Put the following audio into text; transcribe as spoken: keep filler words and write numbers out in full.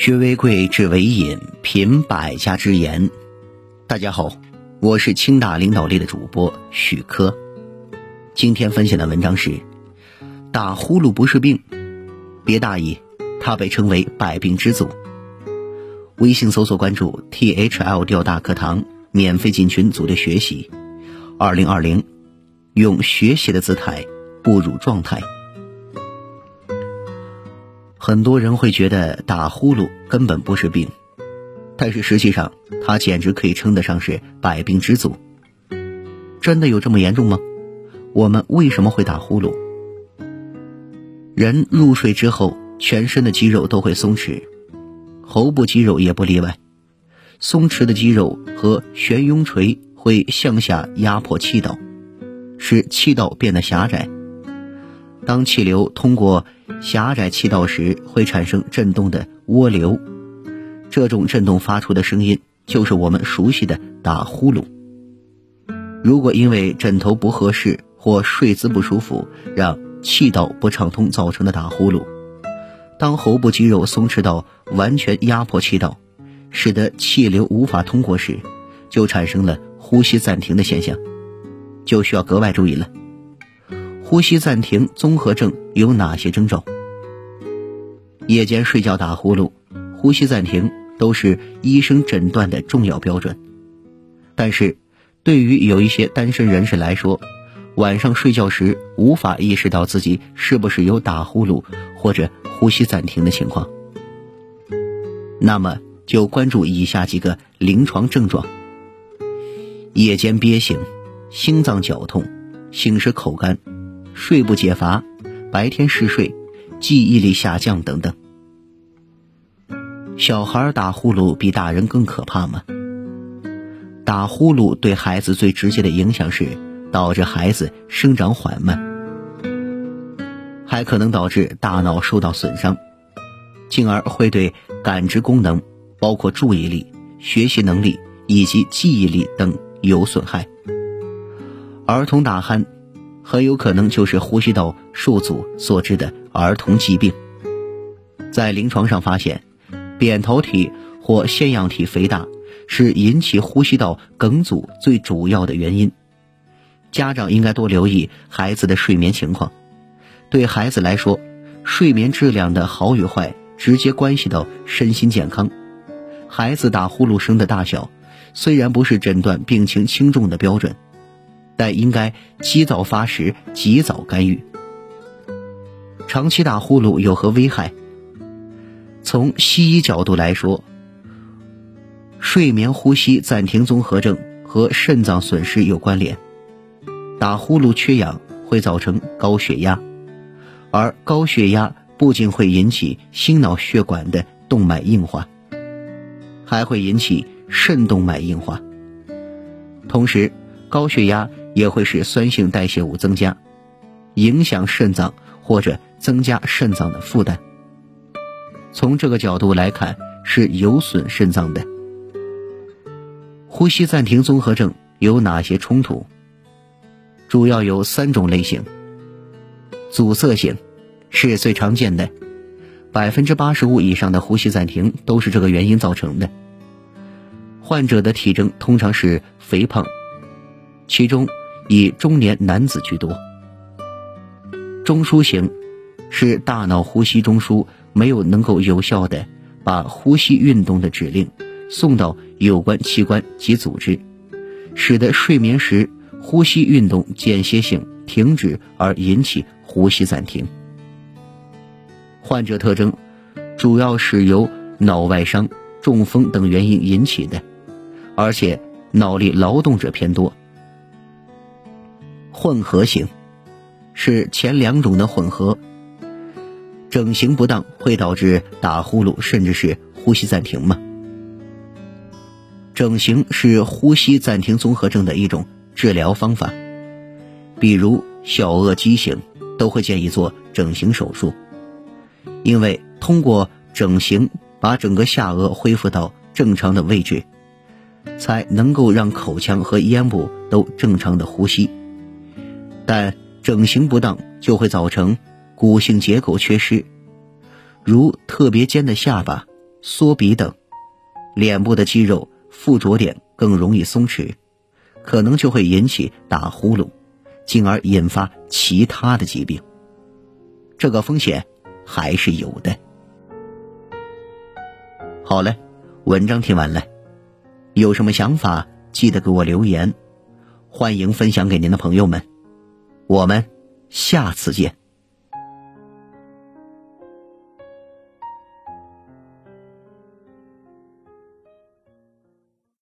学为贵，知为引，品百家之言。大家好，我是清大领导力的主播许科。今天分享的文章是打呼噜不是病，别大意，它被称为百病之祖。微信搜索关注 T H L 调大课堂，免费进群组队学习。二零二零，用学习的姿态步入状态。很多人会觉得打呼噜根本不是病，但是实际上它简直可以称得上是百病之祖。真的有这么严重吗？我们为什么会打呼噜？人入睡之后，全身的肌肉都会松弛，喉部肌肉也不例外。松弛的肌肉和悬雍垂会向下压迫气道，使气道变得狭窄。当气流通过狭窄气道时，会产生震动的涡流，这种震动发出的声音就是我们熟悉的打呼噜。如果因为枕头不合适或睡姿不舒服，让气道不畅通造成的打呼噜，当喉部肌肉松弛到完全压迫气道，使得气流无法通过时，就产生了呼吸暂停的现象，就需要格外注意了。呼吸暂停综合症有哪些征兆？夜间睡觉打呼噜、呼吸暂停都是医生诊断的重要标准。但是对于有一些单身人士来说，晚上睡觉时无法意识到自己是不是有打呼噜或者呼吸暂停的情况，那么就关注以下几个临床症状：夜间憋醒、心脏绞痛、醒时口干、睡不解乏、白天嗜睡、记忆力下降等等。小孩打呼噜比大人更可怕吗？打呼噜对孩子最直接的影响是导致孩子生长缓慢，还可能导致大脑受到损伤，进而会对感知功能，包括注意力、学习能力以及记忆力等有损害。儿童打鼾很有可能就是呼吸道受阻所致的儿童疾病。在临床上发现，扁桃体或腺样体肥大是引起呼吸道梗阻最主要的原因。家长应该多留意孩子的睡眠情况。对孩子来说，睡眠质量的好与坏直接关系到身心健康。孩子打呼噜声的大小虽然不是诊断病情轻重的标准，但应该及早发时及早干预。长期打呼噜有何危害？从西医角度来说，睡眠呼吸暂停综合症和肾脏损失有关联。打呼噜缺氧会造成高血压，而高血压不仅会引起心脑血管的动脉硬化，还会引起肾动脉硬化。同时，高血压也会使酸性代谢物增加，影响肾脏或者增加肾脏的负担。从这个角度来看，是有损肾脏的。呼吸暂停综合症有哪些冲突？主要有三种类型。阻塞性是最常见的， 百分之八十五 以上的呼吸暂停都是这个原因造成的。患者的体征通常是肥胖，其中以中年男子居多。中枢型是大脑呼吸中枢没有能够有效的把呼吸运动的指令送到有关器官及组织，使得睡眠时呼吸运动间歇性停止而引起呼吸暂停。患者特征主要是由脑外伤、中风等原因引起的，而且脑力劳动者偏多。混合型是前两种的混合，整形不当会导致打呼噜甚至是呼吸暂停吗？整形是呼吸暂停综合症的一种治疗方法，比如小颚畸形都会建议做整形手术，因为通过整形把整个下颚恢复到正常的位置，才能够让口腔和咽部都正常的呼吸。但整形不当就会造成骨性结构缺失，如特别尖的下巴、 缩鼻等，脸部的肌肉附着点更容易松弛，可能就会引起打呼噜，进而引发其他的疾病。这个风险还是有的。好了，文章听完了，有什么想法记得给我留言，欢迎分享给您的朋友们。我们下次见。